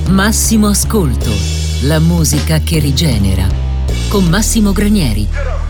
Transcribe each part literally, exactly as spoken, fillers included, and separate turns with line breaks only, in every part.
Massimo Ascolto, la musica che rigenera, con Massimo Granieri.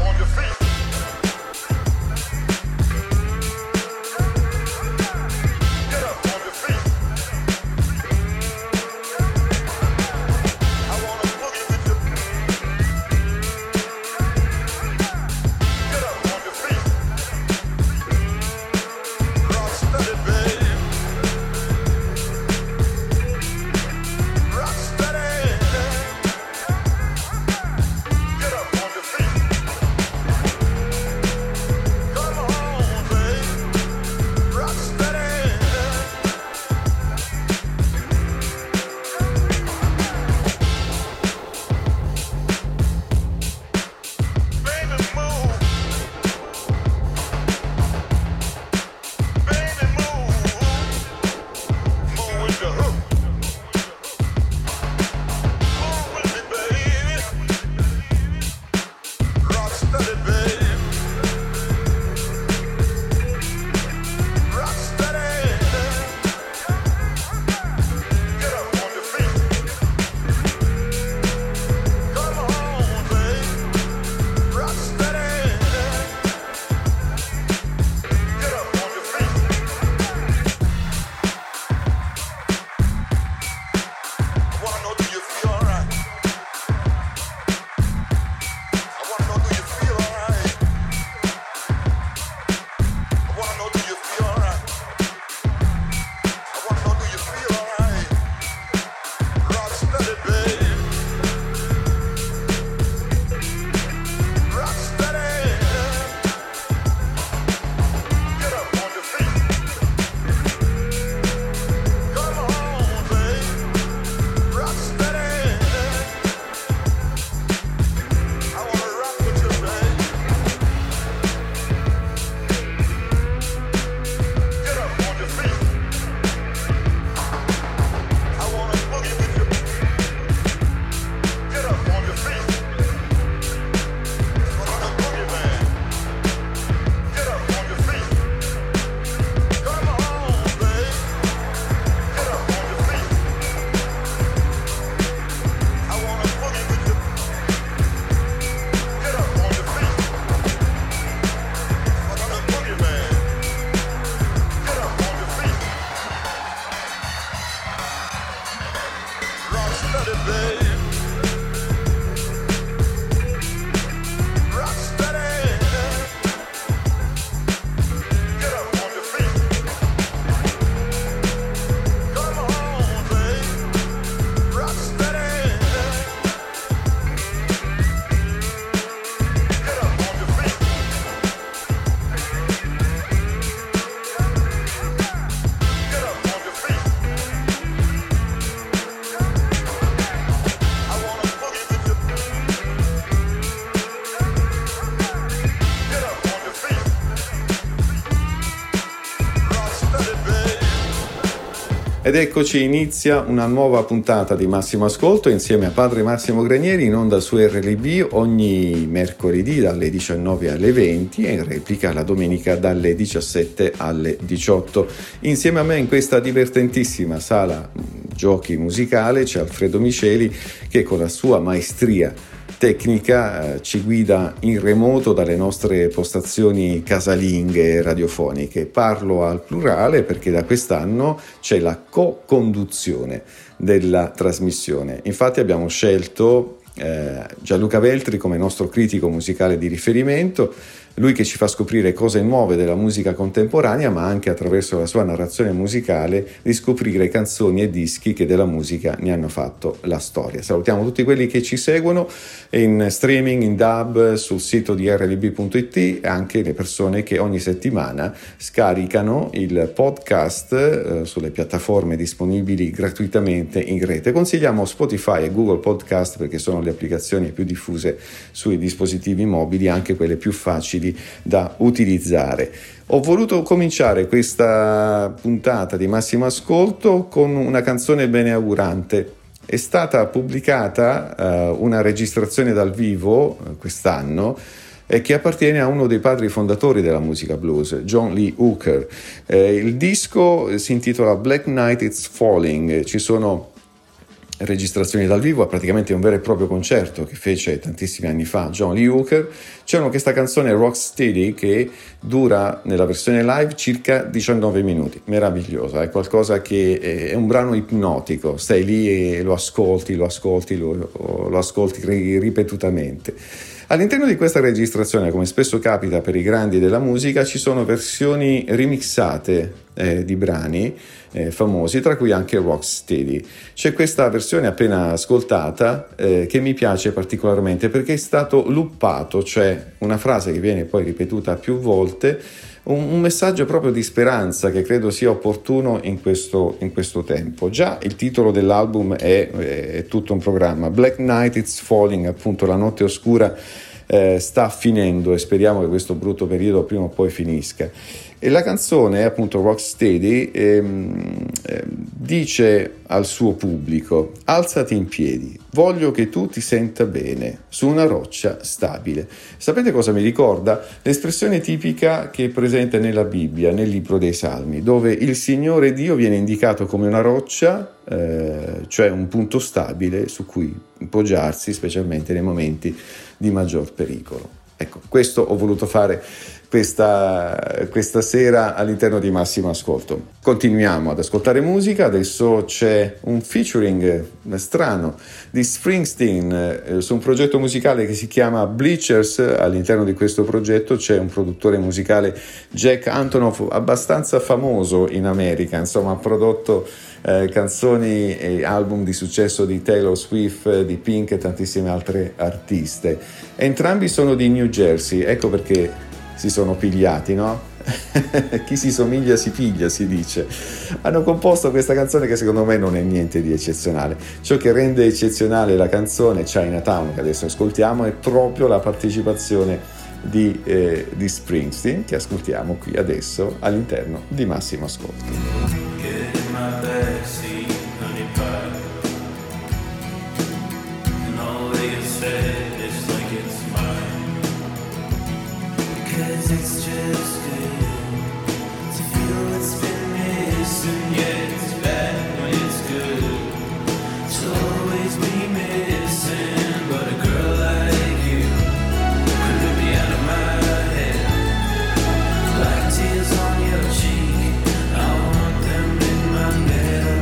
Ed eccoci, inizia una nuova puntata di Massimo Ascolto insieme a padre Massimo Granieri, in onda su R L B ogni mercoledì dalle diciannove alle venti e in replica la domenica dalle diciassette alle diciotto. Insieme a me in questa divertentissima sala giochi musicale c'è Alfredo Miceli, che con la sua maestria tecnica eh, ci guida in remoto dalle nostre postazioni casalinghe radiofoniche. Parlo al plurale perché da quest'anno c'è la co-conduzione della trasmissione. Infatti abbiamo scelto eh, Gianluca Veltri come nostro critico musicale di riferimento, lui che ci fa scoprire cose nuove della musica contemporanea, ma anche attraverso la sua narrazione musicale riscoprire canzoni e dischi che della musica ne hanno fatto la storia. Salutiamo tutti quelli che ci seguono in streaming, in dub, sul sito di R L B punto it e anche le persone che ogni settimana scaricano il podcast eh, sulle piattaforme disponibili gratuitamente in rete. Consigliamo Spotify e Google Podcast perché sono le applicazioni più diffuse sui dispositivi mobili, anche quelle più facili da utilizzare. Ho voluto cominciare questa puntata di Massimo Ascolto con una canzone beneaugurante. È stata pubblicata uh, una registrazione dal vivo uh, quest'anno e che appartiene a uno dei padri fondatori della musica blues, John Lee Hooker. Eh, il disco si intitola Black Night It's Falling. Ci sono registrazioni dal vivo, è praticamente un vero e proprio concerto che fece tantissimi anni fa John Lee Hooker. C'è questa canzone Rocksteady che dura nella versione live circa diciannove minuti, meravigliosa, è qualcosa che è un brano ipnotico, stai lì e lo ascolti, lo ascolti, lo, lo ascolti ripetutamente. All'interno di questa registrazione, come spesso capita per i grandi della musica, ci sono versioni remixate eh, di brani eh, famosi, tra cui anche Rocksteady. C'è questa versione appena ascoltata eh, che mi piace particolarmente perché è stato luppato, cioè una frase che viene poi ripetuta più volte, un, un messaggio proprio di speranza che credo sia opportuno in questo, in questo tempo. Già il titolo dell'album è, è tutto un programma, Black Night It's Falling, appunto la notte oscura eh, sta finendo e speriamo che questo brutto periodo prima o poi finisca. E la canzone, appunto Rocksteady, ehm, eh, dice al suo pubblico: alzati in piedi, voglio che tu ti senta bene su una roccia stabile. Sapete cosa mi ricorda? L'espressione tipica che è presente nella Bibbia, nel libro dei Salmi, dove il Signore Dio viene indicato come una roccia, eh, cioè un punto stabile su cui poggiarsi, specialmente nei momenti di maggior pericolo. Ecco, questo ho voluto fare questa, questa sera all'interno di Massimo Ascolto. Continuiamo ad ascoltare musica, adesso c'è un featuring strano di Springsteen eh, su un progetto musicale che si chiama Bleachers. All'interno di questo progetto c'è un produttore musicale, Jack Antonoff, abbastanza famoso in America, insomma ha prodotto eh, canzoni e album di successo di Taylor Swift, di Pink e tantissime altre artiste. Entrambi sono di New Jersey, ecco perché si sono pigliati, no? Chi si somiglia si piglia, si dice. Hanno composto questa canzone che secondo me non è niente di eccezionale. Ciò che rende eccezionale la canzone Chinatown, che adesso ascoltiamo, è proprio la partecipazione di, eh, di Springsteen, che ascoltiamo qui adesso all'interno di Massimo Ascolto.
It's just good to feel what's been missing. Yeah, it's bad when it's good to always be missing. But a girl like you could rip me out of my head. Like tears on your cheek, I want them in my middle.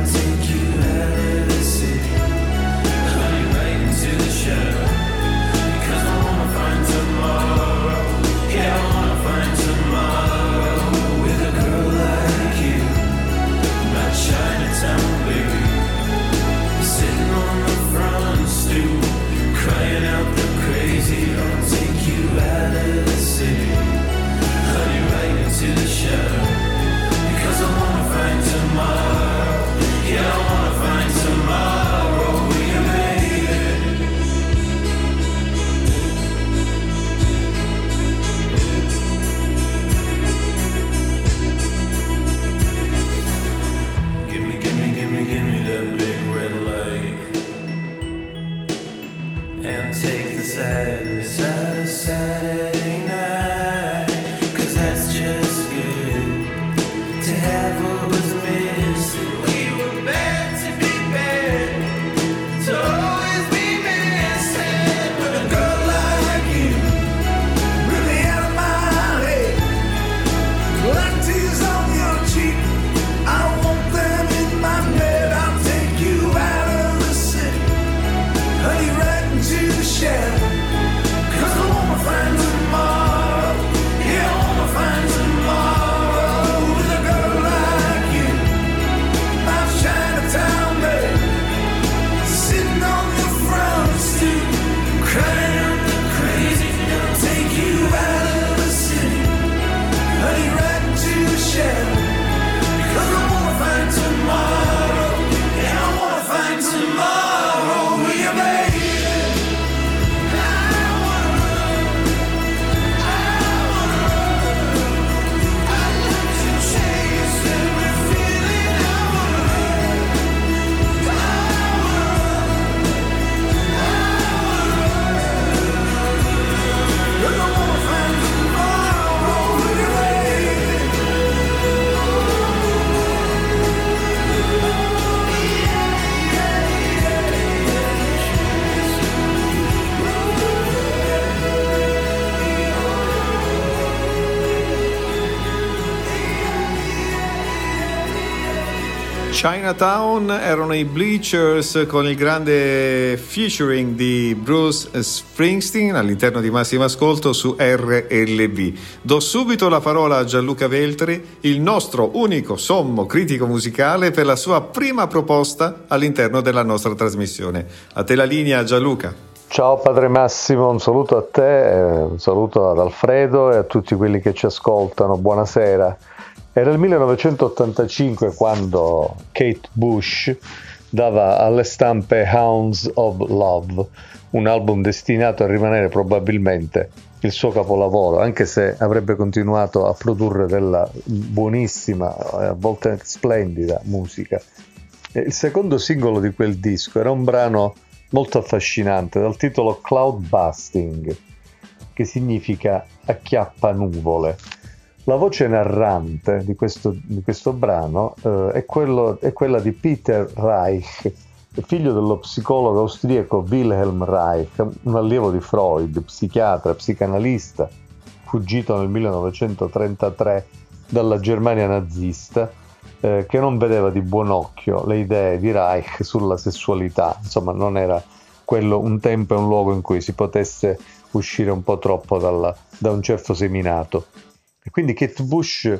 Chinatown erano i Bleachers con il grande featuring di Bruce Springsteen all'interno di Massimo Ascolto su R L B. Do subito la parola a Gianluca Veltri, il nostro unico sommo critico musicale, per la sua prima proposta all'interno della nostra trasmissione. A te la linea, Gianluca.
Ciao Padre Massimo, un saluto a te, un saluto ad Alfredo e a tutti quelli che ci ascoltano. Buonasera. Era il millenovecentottantacinque quando Kate Bush dava alle stampe Hounds of Love, un album destinato a rimanere probabilmente il suo capolavoro, anche se avrebbe continuato a produrre della buonissima, a volte splendida musica. Il secondo singolo di quel disco era un brano molto affascinante dal titolo Cloud Busting, che significa acchiappa nuvole. La voce narrante di questo, di questo brano eh, è, quello, è quella di Peter Reich, figlio dello psicologo austriaco Wilhelm Reich, un allievo di Freud, psichiatra, psicanalista, fuggito nel millenovecentotrentatré dalla Germania nazista, eh, che non vedeva di buon occhio le idee di Reich sulla sessualità. Insomma, non era quello un tempo e un luogo in cui si potesse uscire un po' troppo dalla, da un certo seminato. E quindi Kate Bush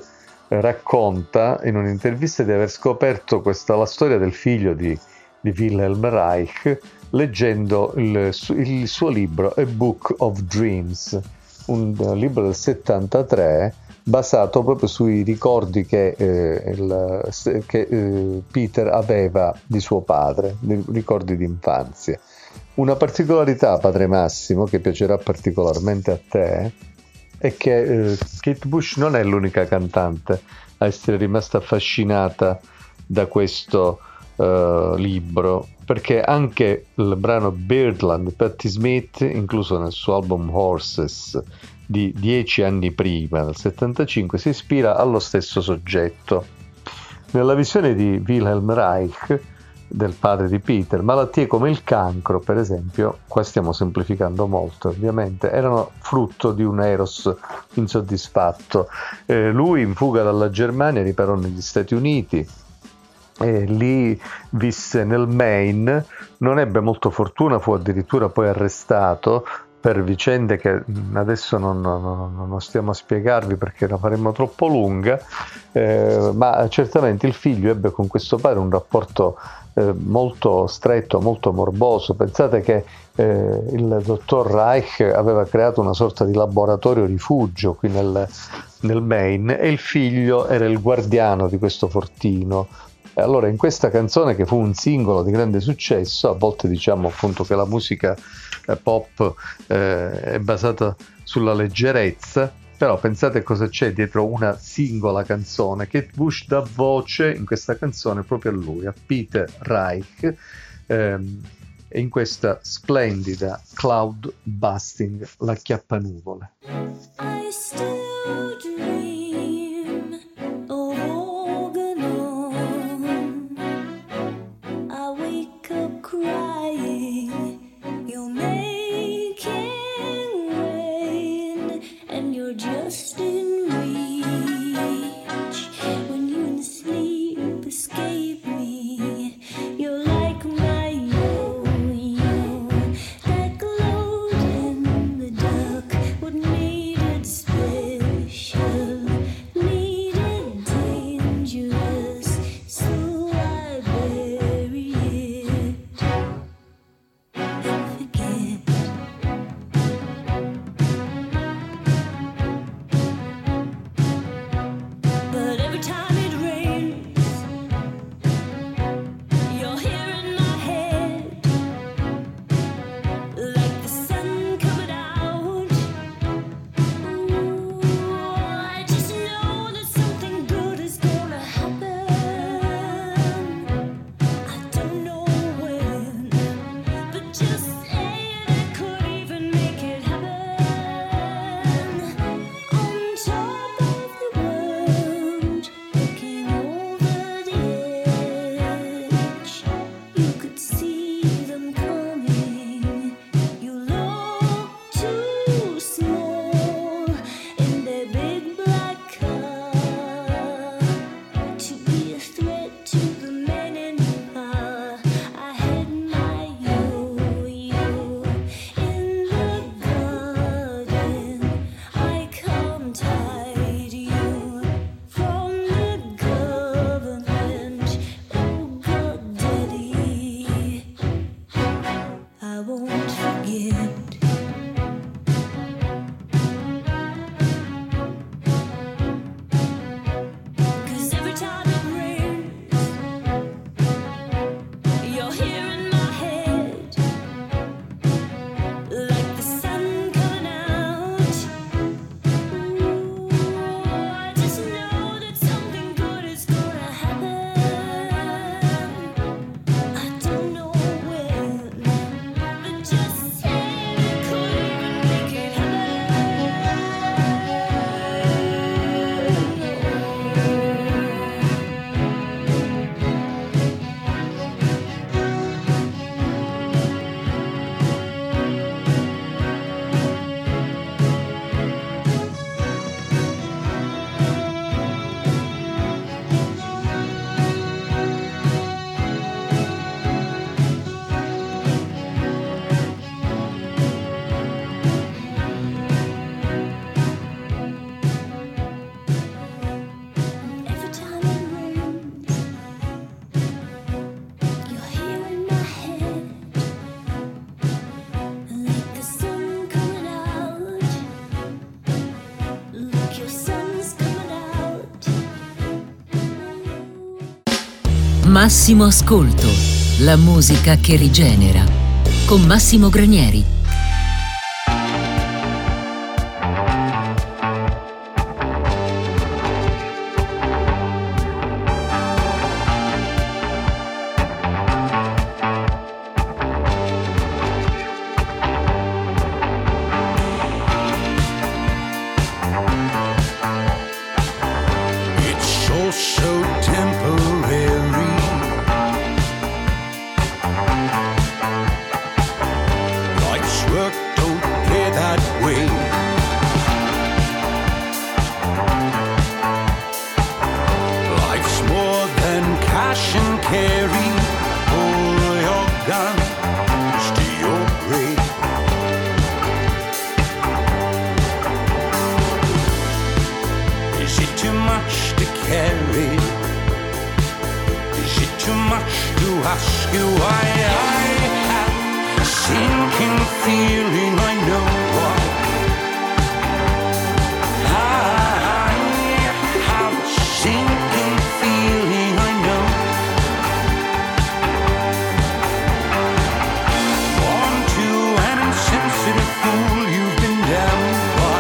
racconta in un'intervista di aver scoperto questa, la storia del figlio di, di Wilhelm Reich leggendo il, il suo libro A Book of Dreams, un libro del settantatré basato proprio sui ricordi che, eh, il, che eh, Peter aveva di suo padre, ricordi di infanzia. Una particolarità, Padre Massimo, che piacerà particolarmente a te, è che eh, Kate Bush non è l'unica cantante a essere rimasta affascinata da questo eh, libro, perché anche il brano Birdland di Patti Smith, incluso nel suo album Horses di dieci anni prima, nel settantacinque, si ispira allo stesso soggetto. Nella visione di Wilhelm Reich, del padre di Peter, malattie come il cancro, per esempio, qua stiamo semplificando molto ovviamente, erano frutto di un eros insoddisfatto. Eh, lui in fuga dalla Germania riparò negli Stati Uniti, e lì visse nel Maine, non ebbe molto fortuna, fu addirittura poi arrestato per vicende che adesso non, non, non stiamo a spiegarvi perché la faremmo troppo lunga, eh, ma certamente il figlio ebbe con questo padre un rapporto eh, molto stretto, molto morboso. Pensate che eh, il dottor Reich aveva creato una sorta di laboratorio rifugio qui nel, nel Maine e il figlio era il guardiano di questo fortino. E allora in questa canzone, che fu un singolo di grande successo, a volte diciamo appunto che la musica eh, pop eh, è basata sulla leggerezza, però pensate cosa c'è dietro una singola canzone. Kate Bush dà voce in questa canzone proprio a lui, a Peter Reich, ehm, e in questa splendida Cloud Busting, l'acchiappanuvole.
I still dream of Organon. I wake up crying, you're making rain, and you're just in reach. When you in sleep escape me, you're like my yo-yo that glowed in the dark. What made it special, made it dangerous, so I bury it.
Massimo Ascolto, la musica che rigenera, con Massimo Granieri.
It's all so temporary. Life's work don't pay that way. Life's more than cash and carry. Pull your gun to your grave. Is it too much to carry? Is it too much to ask you why I have a sinking feeling I know why? I have a sinking feeling I know. Born to an insensitive fool you've been damned by.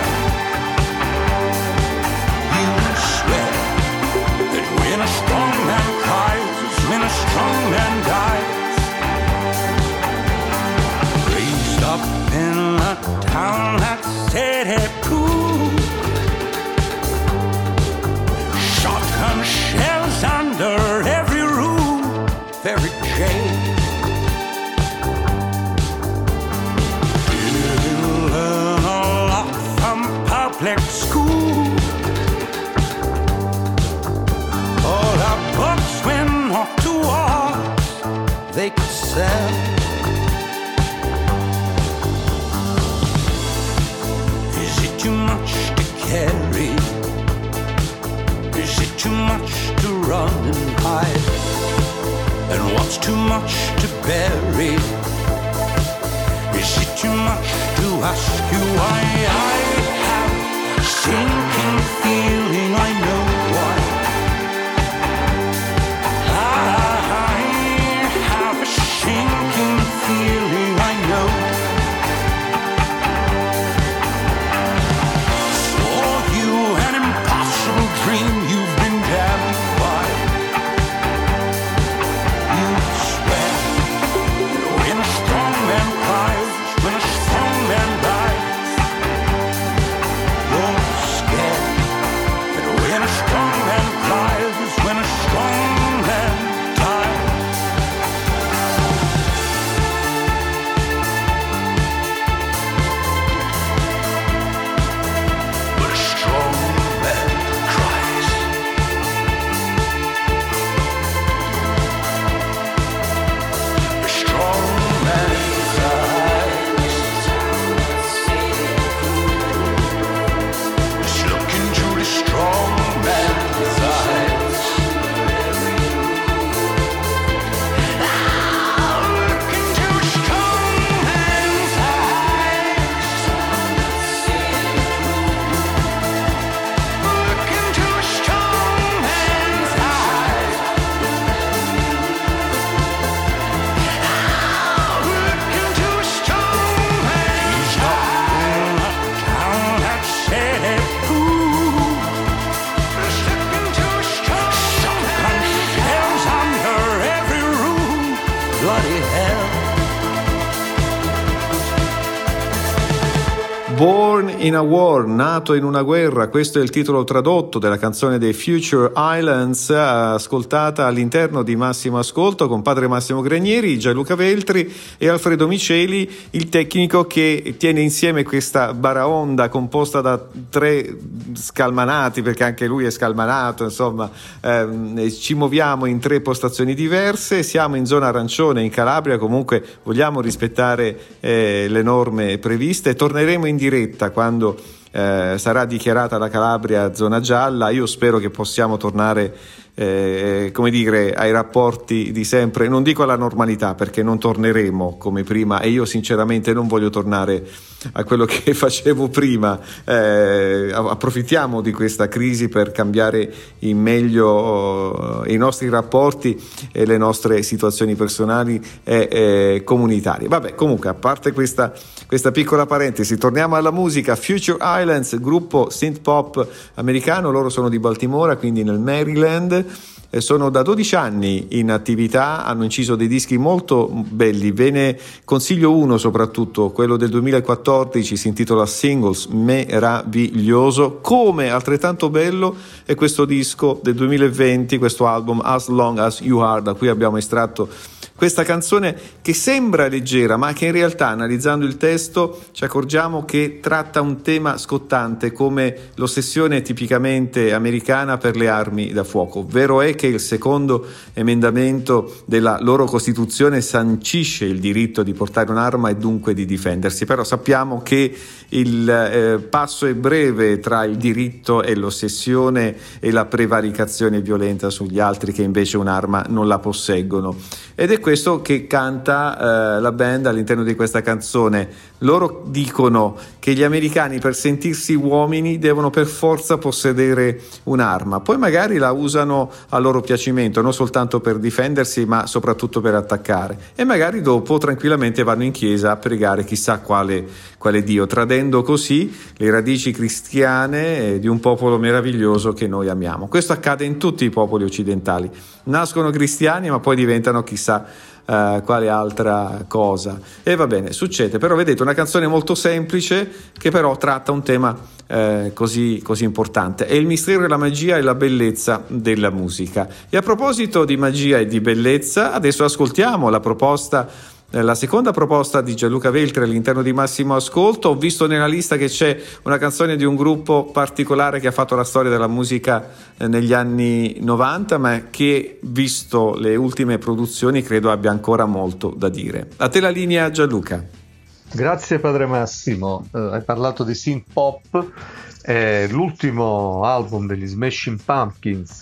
You swear that when a strong man cries, it's when a strong man dies. Raised up in a town that's steady cool. Shotgun shells under every room, every chain. Didn't learn a lot from public school. All our books went off to wars they could sell. Is it too much to carry? Is it too much to run and hide? And what's too much to bury? Is it too much to ask you why I have a sinking feeling I know why? I have a sinking feeling I know. For you an impossible dream you've been damned by. You swear that when a strong man cries, when a strong man dies. You're scared that when a strong man cries, when a strong man dies. But a strong man cries. A strong man cries. Just look into the strong man's eyes. Look into a strong man's eyes. Look into a strong man's eyes. Look into a strong man's eyes. Town that's said cool. Just look into a strong man's shells under every room. Bloody hell.
Born in a War, nato in una guerra, questo è il titolo tradotto della canzone dei Future Islands, ascoltata all'interno di Massimo Ascolto con padre Massimo Granieri, Gianluca Veltri e Alfredo Miceli, il tecnico che tiene insieme questa baraonda composta da tre scalmanati, perché anche lui è scalmanato, insomma, ehm, ci muoviamo in tre postazioni diverse, siamo in zona arancione in Calabria, comunque vogliamo rispettare eh, le norme previste, torneremo in diretta quando eh, sarà dichiarata la Calabria zona gialla. Io spero che possiamo tornare eh, come dire, ai rapporti di sempre, non dico alla normalità perché non torneremo come prima e io sinceramente non voglio tornare a quello che facevo prima, eh, approfittiamo di questa crisi per cambiare in meglio uh, i nostri rapporti e le nostre situazioni personali e eh, comunitarie. Vabbè, comunque, a parte questa, questa piccola parentesi, torniamo alla musica. Future Islands, gruppo synth pop americano, loro sono di Baltimora, quindi nel Maryland. Sono da dodici anni in attività, hanno inciso dei dischi molto belli, ve ne consiglio uno soprattutto, quello del duemilaquattordici, si intitola Singles, meraviglioso. Come altrettanto bello è questo disco del duemilaventi, questo album As Long As You Are, da cui abbiamo estratto questa canzone che sembra leggera ma che in realtà, analizzando il testo, ci accorgiamo che tratta un tema scottante come l'ossessione tipicamente americana per le armi da fuoco. Vero è che il secondo emendamento della loro Costituzione sancisce il diritto di portare un'arma e dunque di difendersi, però sappiamo che il eh, passo è breve tra il diritto e l'ossessione e la prevaricazione violenta sugli altri che invece un'arma non la posseggono. Ed è questo che canta eh, la band all'interno di questa canzone. Loro dicono che gli americani per sentirsi uomini devono per forza possedere un'arma, poi magari la usano a loro piacimento, non soltanto per difendersi ma soprattutto per attaccare, e magari dopo tranquillamente vanno in chiesa a pregare chissà quale, quale Dio, tradendo così le radici cristiane di un popolo meraviglioso che noi amiamo. Questo accade in tutti i popoli occidentali, nascono cristiani ma poi diventano chissà Uh, quale altra cosa, e va bene, succede. Però vedete, una canzone molto semplice che però tratta un tema uh, così, così importante. È il mistero e la magia e la bellezza della musica. E a proposito di magia e di bellezza, adesso ascoltiamo la proposta, la seconda proposta di Gianluca Veltri all'interno di Massimo Ascolto. Ho visto nella lista che c'è una canzone di un gruppo particolare che ha fatto la storia della musica negli anni novanta, ma che, visto le ultime produzioni, credo abbia ancora molto da dire. A te la linea, Gianluca.
Grazie padre Massimo, eh, hai parlato di synth pop, eh, l'ultimo album degli Smashing Pumpkins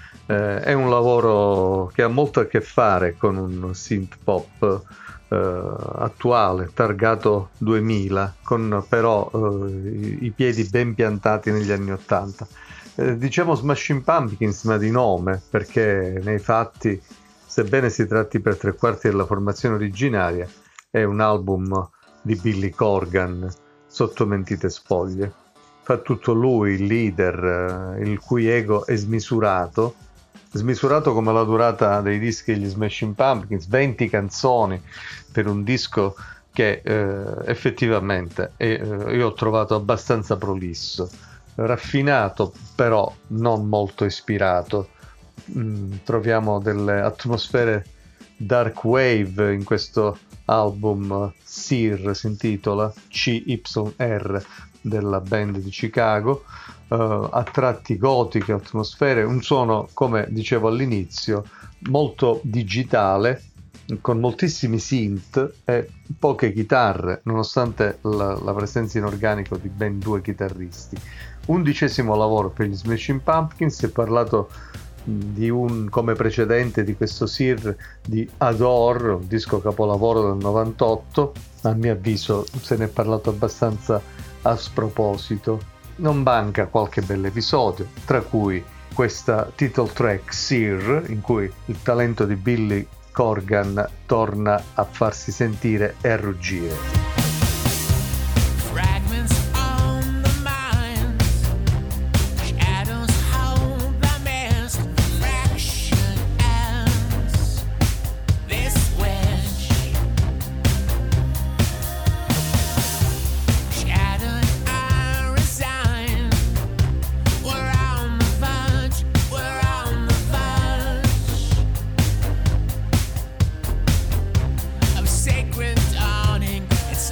eh, è un lavoro che ha molto a che fare con un synth pop Uh, attuale, targato duemila, con però uh, i, i piedi ben piantati negli anni ottanta. Uh, diciamo Smashing Pumpkins, ma di nome, perché nei fatti, sebbene si tratti per tre quarti della formazione originaria, è un album di Billy Corgan sotto mentite spoglie. Fa tutto lui, il leader, uh, il cui ego è smisurato, smisurato come la durata dei dischi degli Smashing Pumpkins, venti canzoni per un disco che eh, effettivamente è, eh, io ho trovato abbastanza prolisso, raffinato però non molto ispirato. Mm, troviamo delle atmosfere dark wave in questo album. Sear si intitola, C Y R, della band di Chicago. Uh, a tratti gotiche, atmosfere, un suono, come dicevo all'inizio, molto digitale, con moltissimi synth e poche chitarre, nonostante la, la presenza in organico di ben due chitarristi. Undicesimo lavoro per gli Smashing Pumpkins. Si è parlato di un, come precedente di questo Sear, di Adore, un disco capolavoro del novantotto. A mio avviso se ne è parlato abbastanza a sproposito. Non manca qualche bell'episodio, tra cui questa title track Sear, in cui il talento di Billy Corgan torna a farsi sentire e a ruggire.
Sacred dawning, it's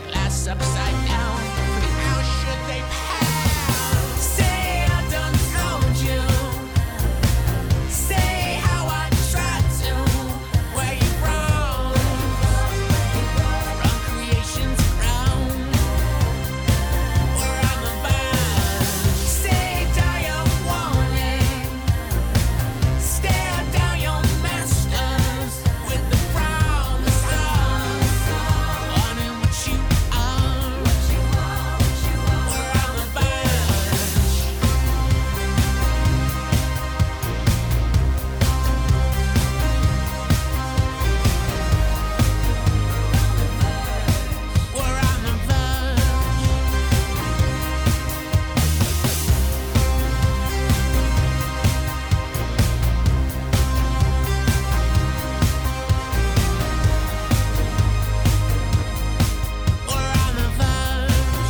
glass upside down. How should they pound? Say I done told you. Say how I tried to. Where you from? From creation's ground. Where I'm about. Say die of warning. Stare down your masters with the promise of honoring what you are. Where I'm about. Where I'm about. Where I'm about.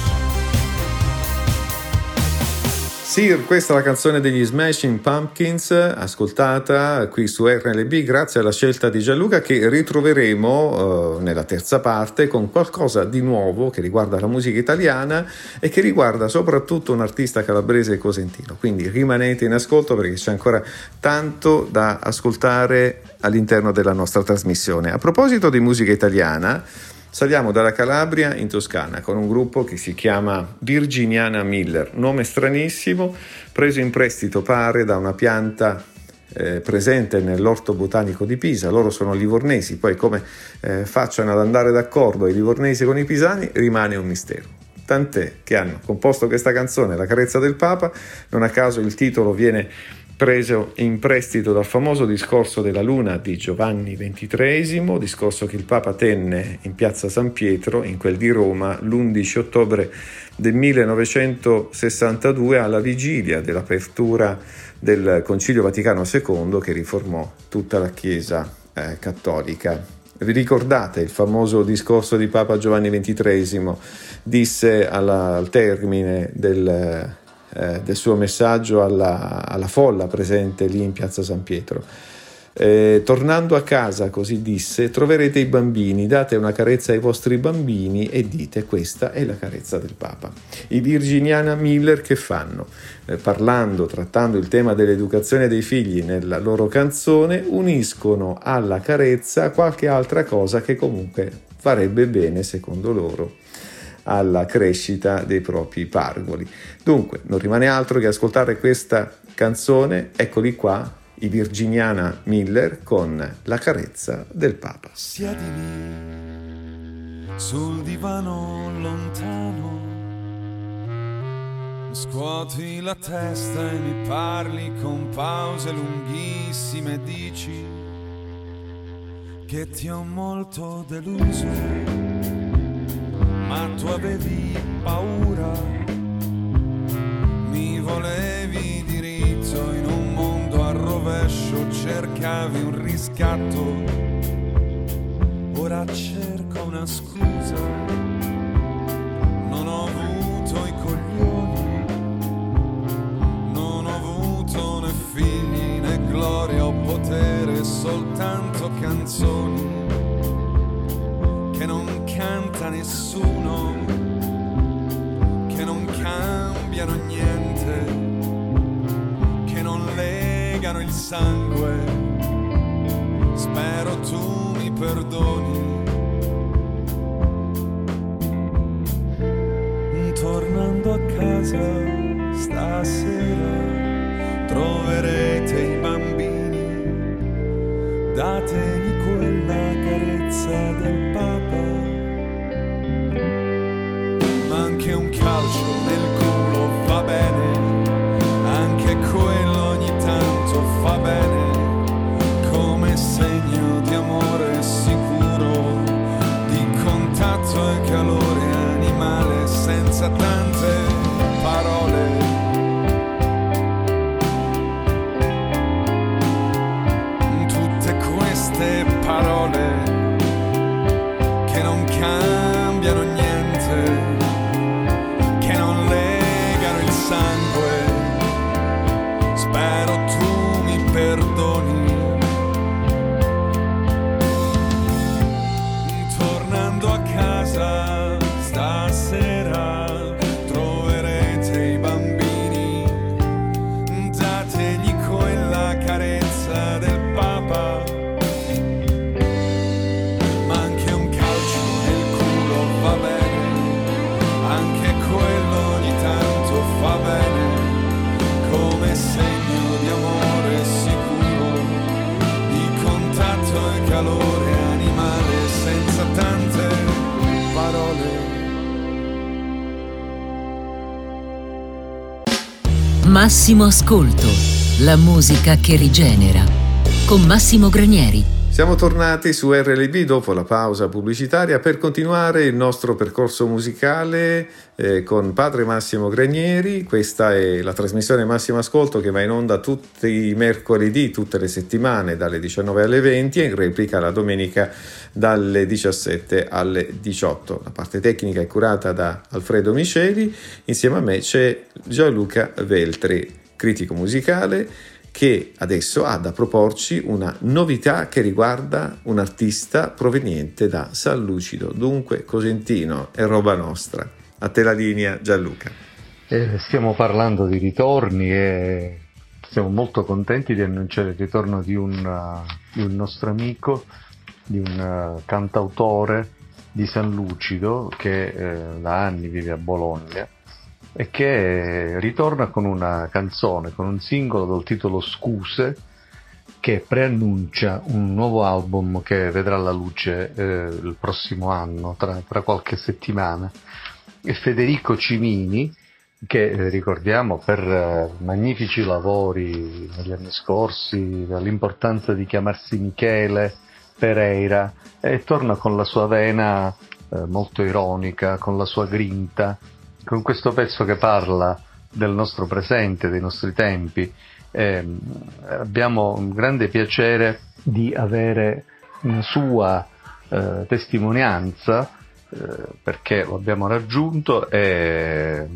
Sir, questa è la canzone degli Smashing Pumpkins, ascoltata qui su R L B grazie alla scelta di Gianluca, che ritroveremo eh, nella terza parte con qualcosa di nuovo che riguarda la musica italiana e che riguarda soprattutto un artista calabrese cosentino. Quindi rimanete in ascolto perché c'è ancora tanto da ascoltare all'interno della nostra trasmissione. A proposito di musica italiana, saliamo dalla Calabria in Toscana con un gruppo che si chiama Virginiana Miller, nome stranissimo, preso in prestito pare da una pianta eh, presente nell'orto botanico di Pisa. Loro sono livornesi, poi come eh, facciano ad andare d'accordo i livornesi con i pisani rimane un mistero. Tant'è che hanno composto questa canzone, La carezza del Papa. Non a caso il titolo viene preso in prestito dal famoso discorso della Luna di Giovanni ventitreesimo, discorso che il Papa tenne in piazza San Pietro, in quel di Roma, l'undici ottobre del millenovecentosessantadue, alla vigilia dell'apertura del Concilio Vaticano secondo, che riformò tutta la Chiesa eh, cattolica. Vi ricordate il famoso discorso di Papa Giovanni ventitreesimo? Disse alla, al termine del Eh, del suo messaggio alla, alla folla presente lì in piazza San Pietro. Eh, tornando a casa, così disse, troverete i bambini, date una carezza ai vostri bambini e dite: questa è la carezza del Papa. I Virginiana Miller che fanno? Eh, parlando, trattando il tema dell'educazione dei figli nella loro canzone, uniscono alla carezza qualche altra cosa che comunque farebbe bene, secondo loro, alla crescita dei propri pargoli. Dunque non rimane altro che ascoltare questa canzone. Eccoli qua, i Virginiana Miller con La carezza del Papa.
Siedili sul divano lontano, scuoti la testa e mi parli con pause lunghissime e dici che ti ho molto deluso. Ma tu avevi paura, mi volevi diritto in un mondo a rovescio, cercavi un riscatto, ora cerco una scusa, non ho avuto i coglioni, non ho avuto né figli né gloria o potere, soltanto canzoni che non canta nessuno, che non cambiano niente, che non legano il sangue. Spero tu mi perdoni. Tornando a casa stasera troverete i bambini, dategli quella carezza del Papa, ma anche un calcio nel culo va bene, anche quello ogni tanto fa bene, come segno di amore sicuro, di contatto e calore animale, senza tante parole. Parole che non cambiano niente, che non legano il sangue. Spero tu mi perdoni. Tornando a casa
Massimo Ascolto, la musica che rigenera, con Massimo Granieri.
Siamo tornati su R L B dopo la pausa pubblicitaria per continuare il nostro percorso musicale eh, con padre Massimo Granieri. Questa è la trasmissione Massimo Ascolto che va in onda tutti i mercoledì, tutte le settimane dalle diciannove alle venti e in replica la domenica dalle diciassette alle diciotto. La parte tecnica è curata da Alfredo Miceli, insieme a me c'è Gianluca Veltri, critico musicale, che adesso ha da proporci una novità che riguarda un artista proveniente da San Lucido, dunque Cosentino, è roba nostra. A te la linea, Gianluca.
Eh, stiamo parlando di ritorni e siamo molto contenti di annunciare il ritorno di un, uh, di un nostro amico, di un uh, cantautore di San Lucido che eh, da anni vive a Bologna e che ritorna con una canzone, con un singolo dal titolo Scuse, che preannuncia un nuovo album che vedrà la luce eh, il prossimo anno, tra, tra qualche settimana. E Federico Cimini, che eh, ricordiamo per eh, magnifici lavori negli anni scorsi, l'importanza di chiamarsi Michele Pereira, e torna con la sua vena eh, molto ironica, con la sua grinta, con questo pezzo che parla del nostro presente, dei nostri tempi. Eh, abbiamo un grande piacere di avere una sua eh, testimonianza eh, perché lo abbiamo raggiunto e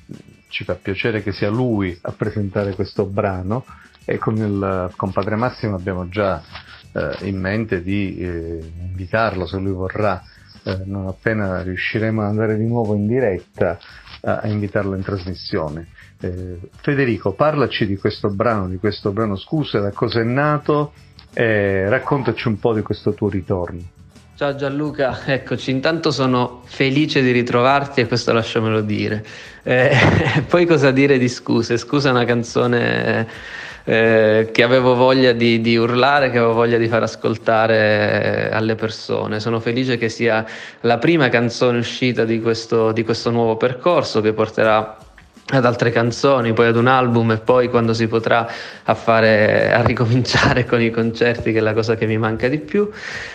ci fa piacere che sia lui a presentare questo brano, e con, il, con Padre Massimo abbiamo già eh, in mente di eh, invitarlo, se lui vorrà, eh, non appena riusciremo ad andare di nuovo in diretta, a invitarlo in trasmissione. Eh, Federico, parlaci di questo brano, di questo brano Scuse, da cosa è nato, e raccontaci un po' di questo tuo ritorno.
Ciao Gianluca, eccoci, intanto sono felice di ritrovarti e questo lasciamelo dire. Eh, poi cosa dire di Scuse? Scusa è una canzone eh, che avevo voglia di, di urlare, che avevo voglia di far ascoltare alle persone. Sono felice che sia la prima canzone uscita di questo, di questo nuovo percorso che porterà ad altre canzoni, poi ad un album e poi quando si potrà a fare a ricominciare con i concerti, che è la cosa che mi manca di più.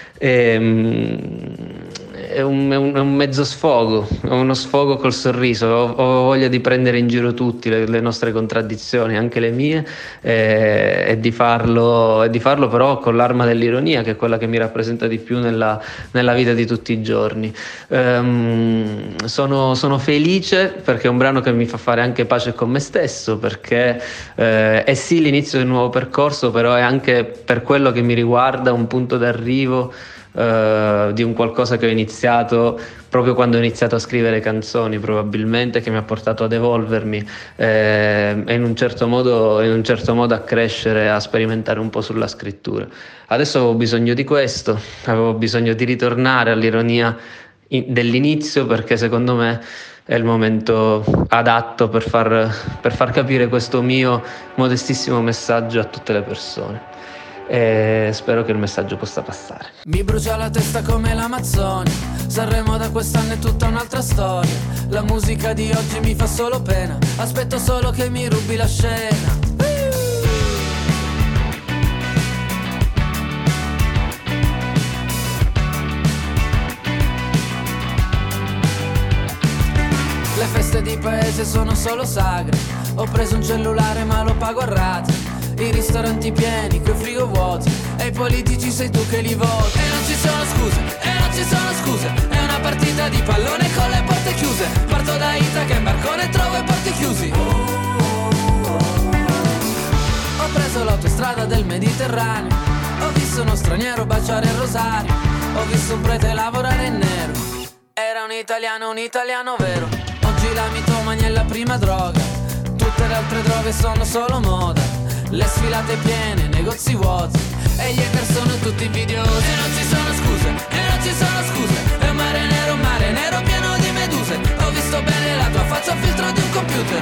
E, è, un, è, un, è un mezzo sfogo, è uno sfogo col sorriso. Ho, ho voglia di prendere in giro tutti, le, le nostre contraddizioni, anche le mie, e, e di farlo e di farlo però con l'arma dell'ironia, che è quella che mi rappresenta di più nella, nella vita di tutti i giorni. Um, sono, sono felice perché è un brano che mi fa fare anche pace con me stesso, perché eh, è sì l'inizio di un nuovo percorso, però è anche, per quello che mi riguarda, un punto d'arrivo Uh, di un qualcosa che ho iniziato proprio quando ho iniziato a scrivere canzoni, probabilmente, che mi ha portato ad evolvermi eh, e in un certo modo in un certo modo a crescere, a sperimentare un po' sulla scrittura. Adesso avevo bisogno di questo, avevo bisogno di ritornare all'ironia in- dell'inizio, perché secondo me è il momento adatto per far, per far capire questo mio modestissimo messaggio a tutte le persone. E spero che il messaggio possa passare.
Mi brucia la testa come l'Amazzonia, Sanremo da quest'anno è tutta un'altra storia. La musica di oggi mi fa solo pena, aspetto solo che mi rubi la scena. Le feste di paese sono solo sagre, ho preso un cellulare ma lo pago a rate. I ristoranti pieni, coi frigo vuoti, e i politici sei tu che li voti. E non ci sono scuse, e non ci sono scuse, è una partita di pallone con le porte chiuse. Parto da Itaca in barcone e trovo i porti chiusi. Ho preso l'autostrada del Mediterraneo, ho visto uno straniero baciare il rosario, ho visto un prete lavorare in nero. Era un italiano, un italiano vero. Oggi la mitomania è la prima droga, tutte le altre droghe sono solo moda. Le sfilate piene, negozi vuoti, e gli hater sono tutti invidiosi. E non ci sono scuse, e non ci sono scuse, è un mare nero, un mare nero pieno di meduse. Ho visto bene la tua faccia al filtro di un computer.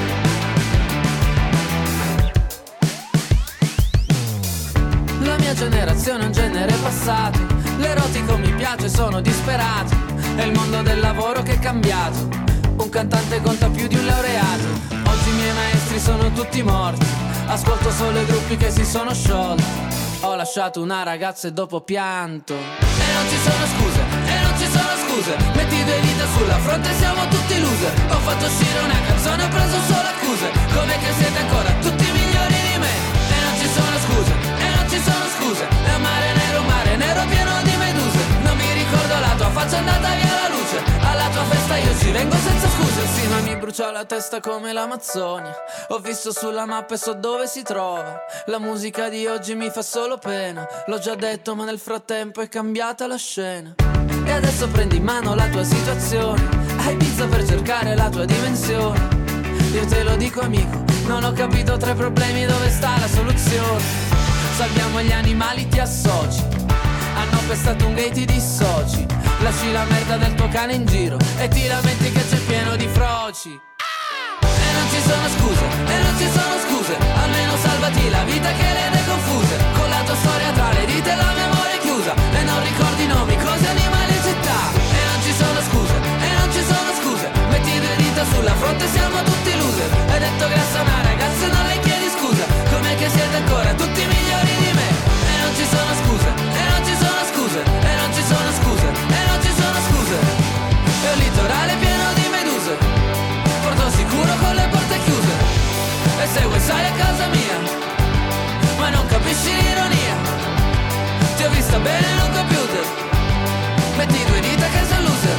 La mia generazione è un genere passato, l'erotico mi piace, sono disperato. È il mondo del lavoro che è cambiato, un cantante conta più di un laureato. Oggi i miei maestri altri sono tutti morti. Ascolto solo i gruppi che si sono sciolti. Ho lasciato una ragazza e dopo pianto. E non ci sono scuse, e non ci sono scuse. Metti due dita sulla fronte, siamo tutti loser. Ho fatto uscire una canzone, ho preso solo accuse. Come che siete ancora tutti migliori di me. E non ci sono scuse, e non ci sono scuse. È un mare nero, un mare nero pieno di meduse. Non mi ricordo la tua faccia, è andata via la luce. Alla tua festa io ci vengo senza scuse. Sì, ma mi brucia la testa come l'Amazzonia. Ho visto sulla mappa e so dove si trova. La musica di oggi mi fa solo pena. L'ho già detto, ma nel frattempo è cambiata la scena. E adesso prendi in mano la tua situazione. Hai Ibiza per cercare la tua dimensione. Io te lo dico amico, non ho capito tra i problemi dove sta la soluzione. Salviamo gli animali, ti associ. Hanno pestato un gay, ti dissoci. Lasci la merda del tuo cane in giro e ti lamenti che c'è pieno di froci. E non ci sono scuse, e non ci sono scuse. Almeno salvati la vita che le dai confuse. Con la tua storia tra le dita e la memoria chiusa. E non ricordi nomi, cose, animali e città. E non ci sono scuse, e non ci sono scuse. Metti due dita sulla fronte, siamo tutti loser. Hai detto grazie a una ragazza e non le chiedi scusa. Com'è che siete ancora tutti migliori di me. E non ci sono scuse, e non ci sono scuse. E non ci sono scuse, e non ci sono scuse. E un litorale pieno di meduse. Porto sicuro con le porte chiuse. E se vuoi sali a casa mia, ma non capisci l'ironia. Ti ho vista bene in un computer. Metti due dita che sei loser.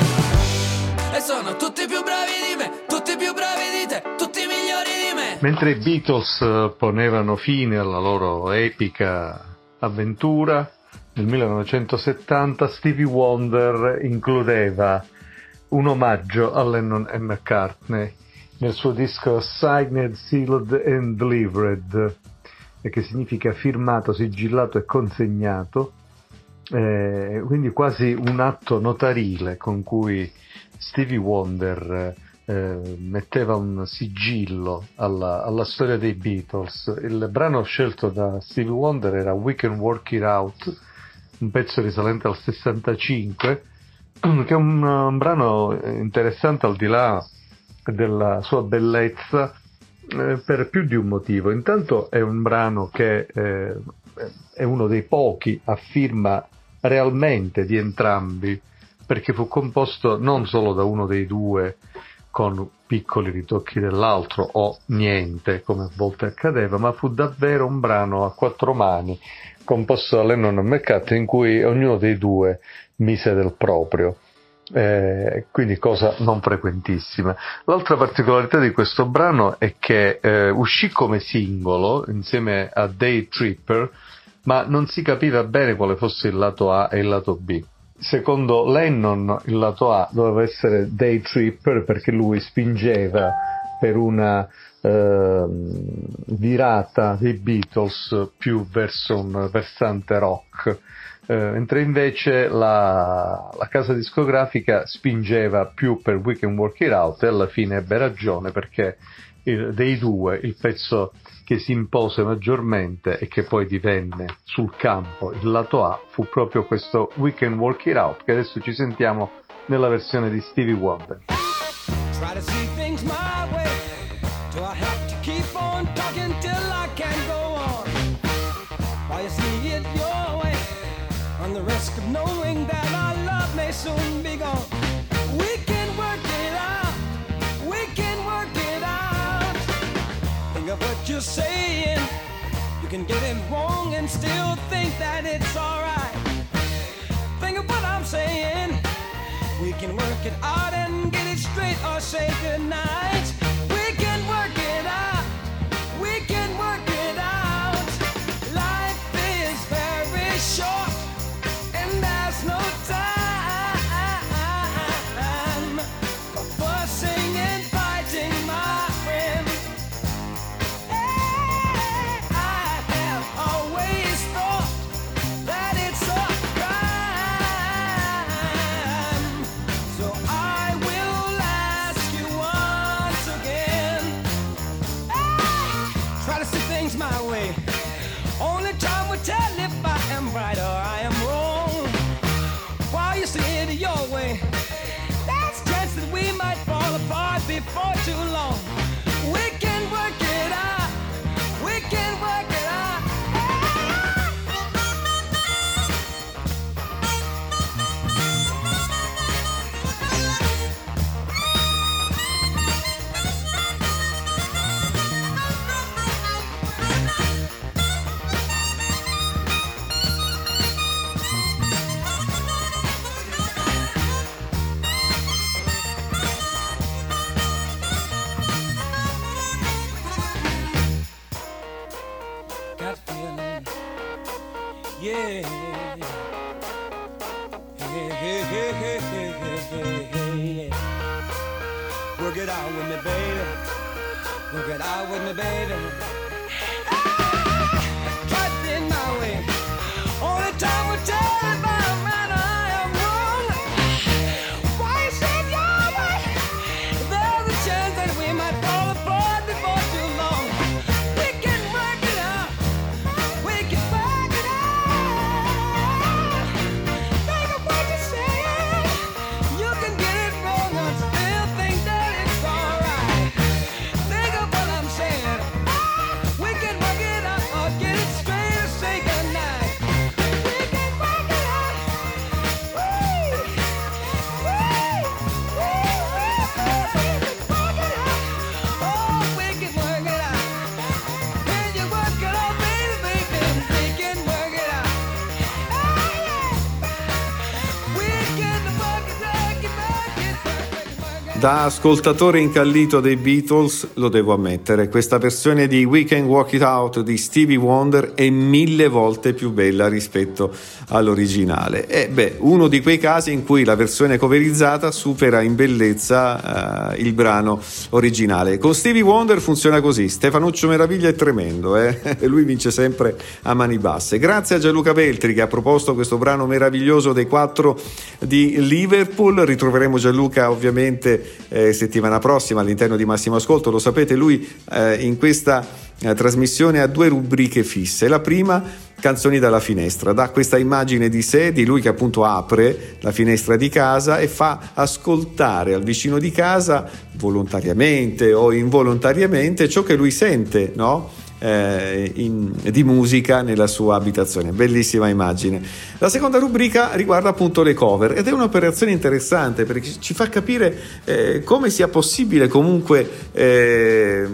E sono tutti più bravi di me, tutti più bravi di te, tutti migliori di me.
Mentre i Beatles ponevano fine alla loro epica avventura, nel millenovecentosettanta Stevie Wonder includeva un omaggio a Lennon e McCartney nel suo disco Signed, Sealed and Delivered, che significa firmato, sigillato e consegnato, eh, quindi quasi un atto notarile con cui Stevie Wonder eh, metteva un sigillo alla, alla storia dei Beatles. Il brano scelto da Stevie Wonder era We Can Work It Out, un pezzo risalente al sessantacinque, che è un, un brano interessante al di là della sua bellezza eh, per più di un motivo. Intanto è un brano che eh, è uno dei pochi a firma realmente di entrambi, perché fu composto non solo da uno dei due con piccoli ritocchi dell'altro o niente come a volte accadeva, ma fu davvero un brano a quattro mani composto da Lennon e McCartney in cui ognuno dei due mise del proprio, eh, quindi cosa non frequentissima. L'altra particolarità di questo brano è che eh, uscì come singolo insieme a Day Tripper, ma non si capiva bene quale fosse il lato A e il lato B. Secondo Lennon il lato A doveva essere Day Tripper perché lui spingeva per una eh, virata dei Beatles più verso un versante rock, eh, mentre invece la, la casa discografica spingeva più per We Can Work It Out, e alla fine ebbe ragione, perché il, dei due il pezzo che si impose maggiormente e che poi divenne sul campo il lato A fu proprio questo We Can Work It Out, che adesso ci sentiamo nella versione di Stevie Wonder.
Try to see things my way. Do I have to keep on talking till I can't go on? While you see it your way, on the risk of knowing that our love may soon be gone. We can work it out. We can work it out. Think of what you're saying. You can get it wrong and still think that it's alright. Think of what I'm saying. We can work it out and get it straight or say goodnight. We can work it out. We can work it out. Life is very short and there's no time for fussing and fighting, my friend. Hey, I have always thought that it's a crime. So I will ask you once again. Hey, try to see things my way. Only time will tell if I am right or I am wrong. While you see it your way, there's a chance that we might fall apart before too long. We can work it Hey, hey, hey, hey, hey, hey, hey, hey. Work it out with me, baby. Work it out with me, baby. Ah, trapped in my way. Only time will tell if I'm right or I am wrong. Why you said your way? There's a chance that we might fall apart before too long. We can work it out. We can work it out. Think of what you're saying. You can get it wrong and still think that it's alright. Think of what I'm saying. We can work it out or get it straight or say goodnight. We can work it out. Woo! Woo! Woo! We can work it out. Oh, we can work it out. Can you work it out, baby, baby? We can work it out. Ah, yeah. We can work it, work it, work it, work it, work it.
Da ascoltatore incallito dei Beatles lo devo ammettere, questa versione di We Can Walk It Out di Stevie Wonder è mille volte più bella rispetto all'originale. E beh, uno di quei casi in cui la versione coverizzata supera in bellezza eh, il brano originale. Con Stevie Wonder funziona così, Stefanuccio Meraviglia è tremendo, eh? E lui vince sempre a mani basse. Grazie a Gianluca Beltri che ha proposto questo brano meraviglioso dei quattro di Liverpool. Ritroveremo Gianluca ovviamente eh, settimana prossima all'interno di Massimo Ascolto. Lo sapete, lui eh, in questa eh, trasmissione ha due rubriche fisse. La prima, Canzoni dalla finestra, dà questa immagine di sé, di lui che appunto apre la finestra di casa e fa ascoltare al vicino di casa, volontariamente o involontariamente, ciò che lui sente, no? Eh, in, di musica nella sua abitazione. Bellissima immagine. La seconda rubrica riguarda appunto le cover ed è un'operazione interessante perché ci fa capire eh, come sia possibile comunque eh,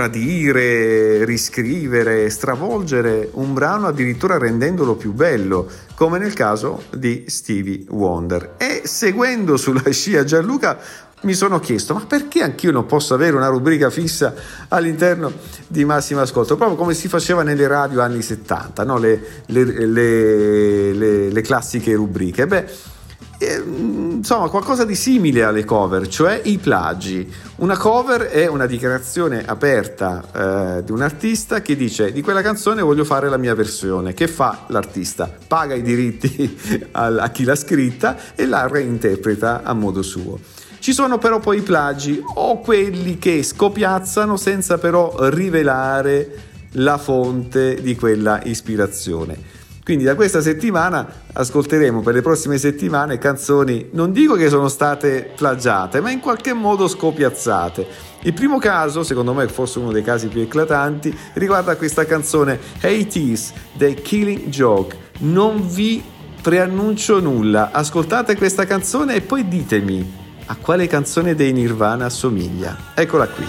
tradire, riscrivere, stravolgere un brano addirittura rendendolo più bello, come nel caso di Stevie Wonder. E seguendo sulla scia Gianluca mi sono chiesto, ma perché anch'io non posso avere una rubrica fissa all'interno di Massimo Ascolto, proprio come si faceva nelle radio anni settanta, no? le, le, le, le, le classiche rubriche. Beh, eh, insomma, qualcosa di simile alle cover, cioè i plagi. Una cover è una dichiarazione aperta eh, di un artista che dice: di quella canzone voglio fare la mia versione. Che fa l'artista? Paga i diritti a, a chi l'ha scritta e la reinterpreta a modo suo. Ci sono però poi i plagi o quelli che scopiazzano senza però rivelare la fonte di quella ispirazione. Quindi da questa settimana ascolteremo per le prossime settimane canzoni, non dico che sono state plagiate, ma in qualche modo scopiazzate. Il primo caso, secondo me forse uno dei casi più eclatanti, riguarda questa canzone eighties dei Killing Joke. Non vi preannuncio nulla, ascoltate questa canzone e poi ditemi a quale canzone dei Nirvana assomiglia. Eccola qui.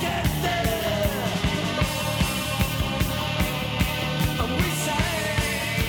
We say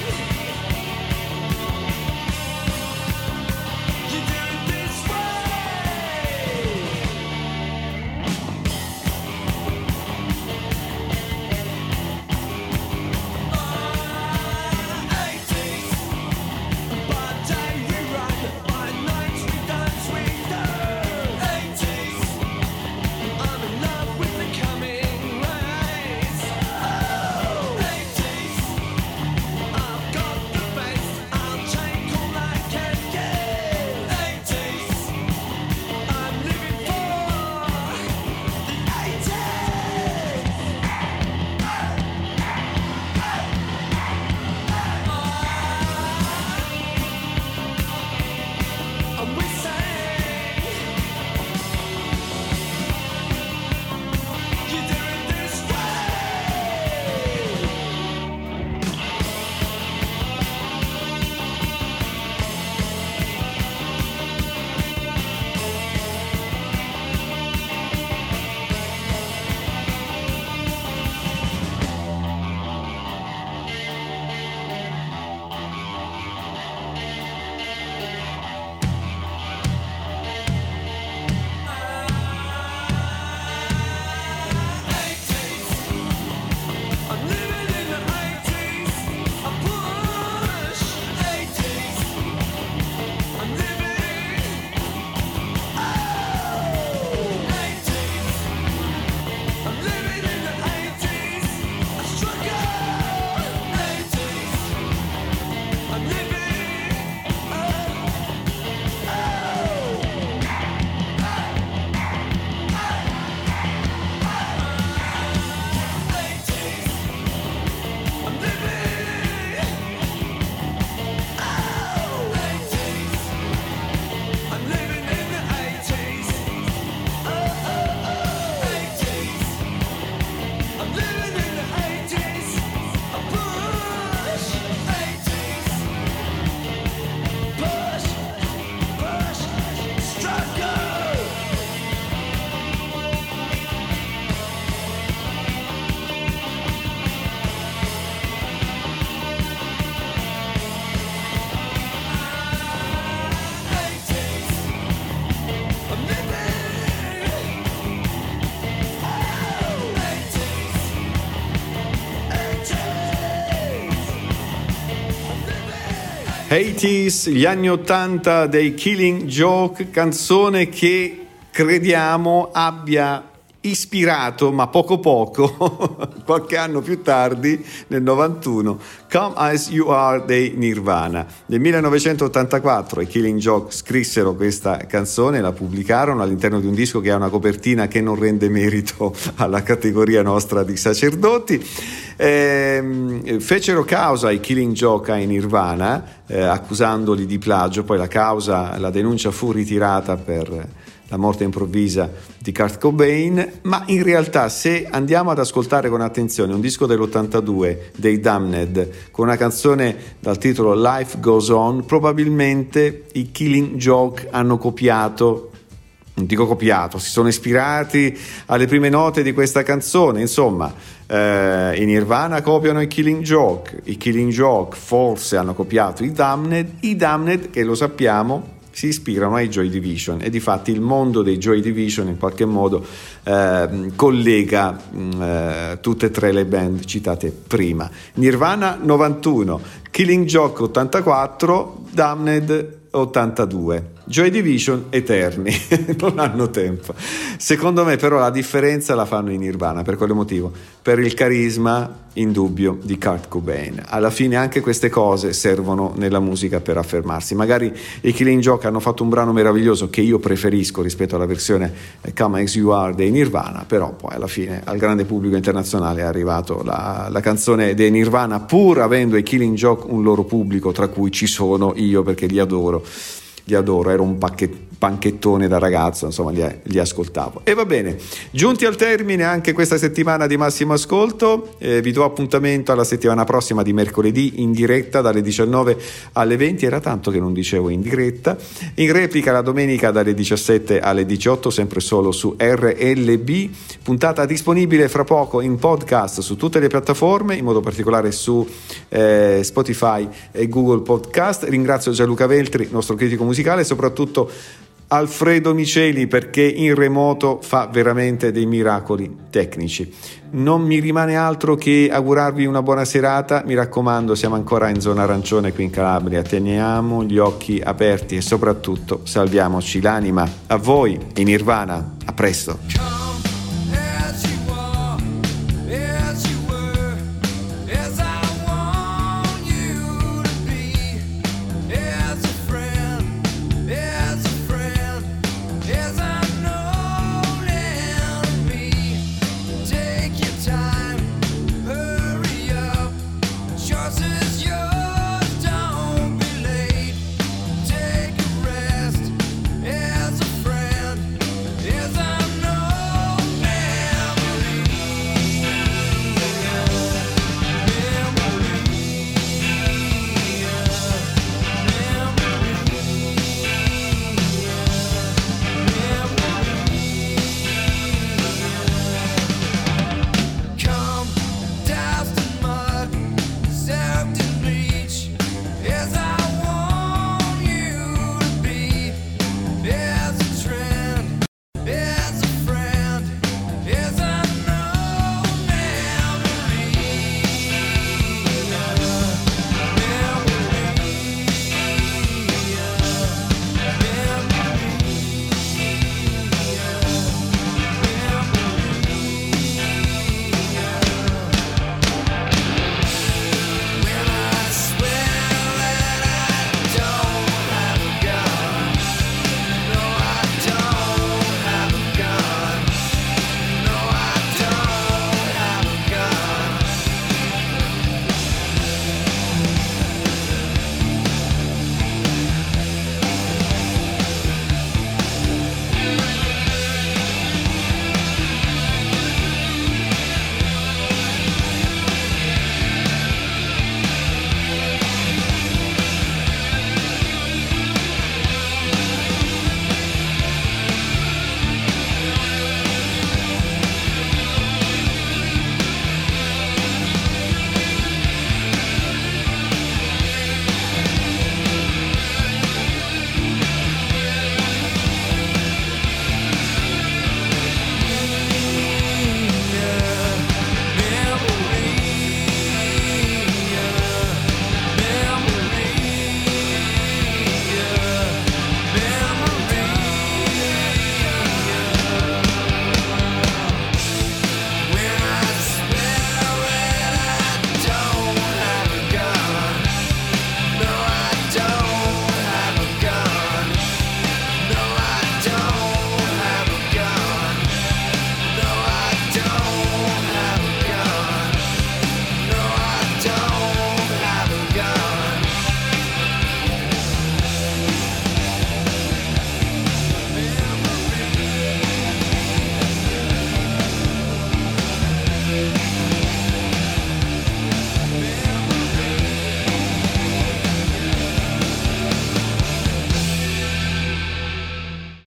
ottanta, gli anni ottanta dei Killing Joke, canzone che crediamo abbia ispirato, ma poco poco, qualche anno più tardi, nel novantuno, Come As You Are dei Nirvana. Nel millenovecentottantaquattro i Killing Joke scrissero questa canzone, la pubblicarono all'interno di un disco che ha una copertina che non rende merito alla categoria nostra di sacerdoti. Eh, fecero causa ai Killing Joke ai Nirvana, eh, accusandoli di plagio. Poi la causa, la denuncia fu ritirata per la morte improvvisa di Kurt Cobain, ma in realtà se andiamo ad ascoltare con attenzione un disco dell'ottantadue dei Damned con una canzone dal titolo Life Goes On, probabilmente i Killing Joke hanno copiato, non dico copiato, si sono ispirati alle prime note di questa canzone. Insomma, eh, i Nirvana copiano i Killing Joke, i Killing Joke forse hanno copiato i Damned, i Damned, che lo sappiamo, si ispirano ai Joy Division, e difatti il mondo dei Joy Division in qualche modo eh, collega eh, tutte e tre le band citate prima. Nirvana novantuno, Killing Joke ottantaquattro, Damned ottantadue. Joy Division eterni, non hanno tempo. Secondo me però la differenza la fanno i Nirvana. Per quale motivo? Per il carisma indubbio di Kurt Cobain. Alla fine anche queste cose servono nella musica per affermarsi. Magari i Killing Joke hanno fatto un brano meraviglioso che io preferisco rispetto alla versione Come As You Are dei Nirvana, però poi alla fine al grande pubblico internazionale è arrivato la, la canzone dei Nirvana, pur avendo i Killing Joke un loro pubblico, tra cui ci sono io, perché li adoro. Li adoro, ero un pacchet- panchettone da ragazzo, insomma li, li ascoltavo. E va bene, giunti al termine anche questa settimana di Massimo Ascolto, eh, vi do appuntamento alla settimana prossima di mercoledì in diretta dalle diciannove alle venti, era tanto che non dicevo in diretta, in replica la domenica dalle diciassette alle diciotto, sempre solo su R L B, puntata disponibile fra poco in podcast su tutte le piattaforme, in modo particolare su eh, Spotify e Google Podcast. Ringrazio Gianluca Veltri, nostro critico musicale, e soprattutto Alfredo Miceli, perché in remoto fa veramente dei miracoli tecnici. Non mi rimane altro che augurarvi una buona serata. Mi raccomando, siamo ancora in zona arancione qui in Calabria, teniamo gli occhi aperti e soprattutto salviamoci l'anima. A voi, in Nirvana, a presto.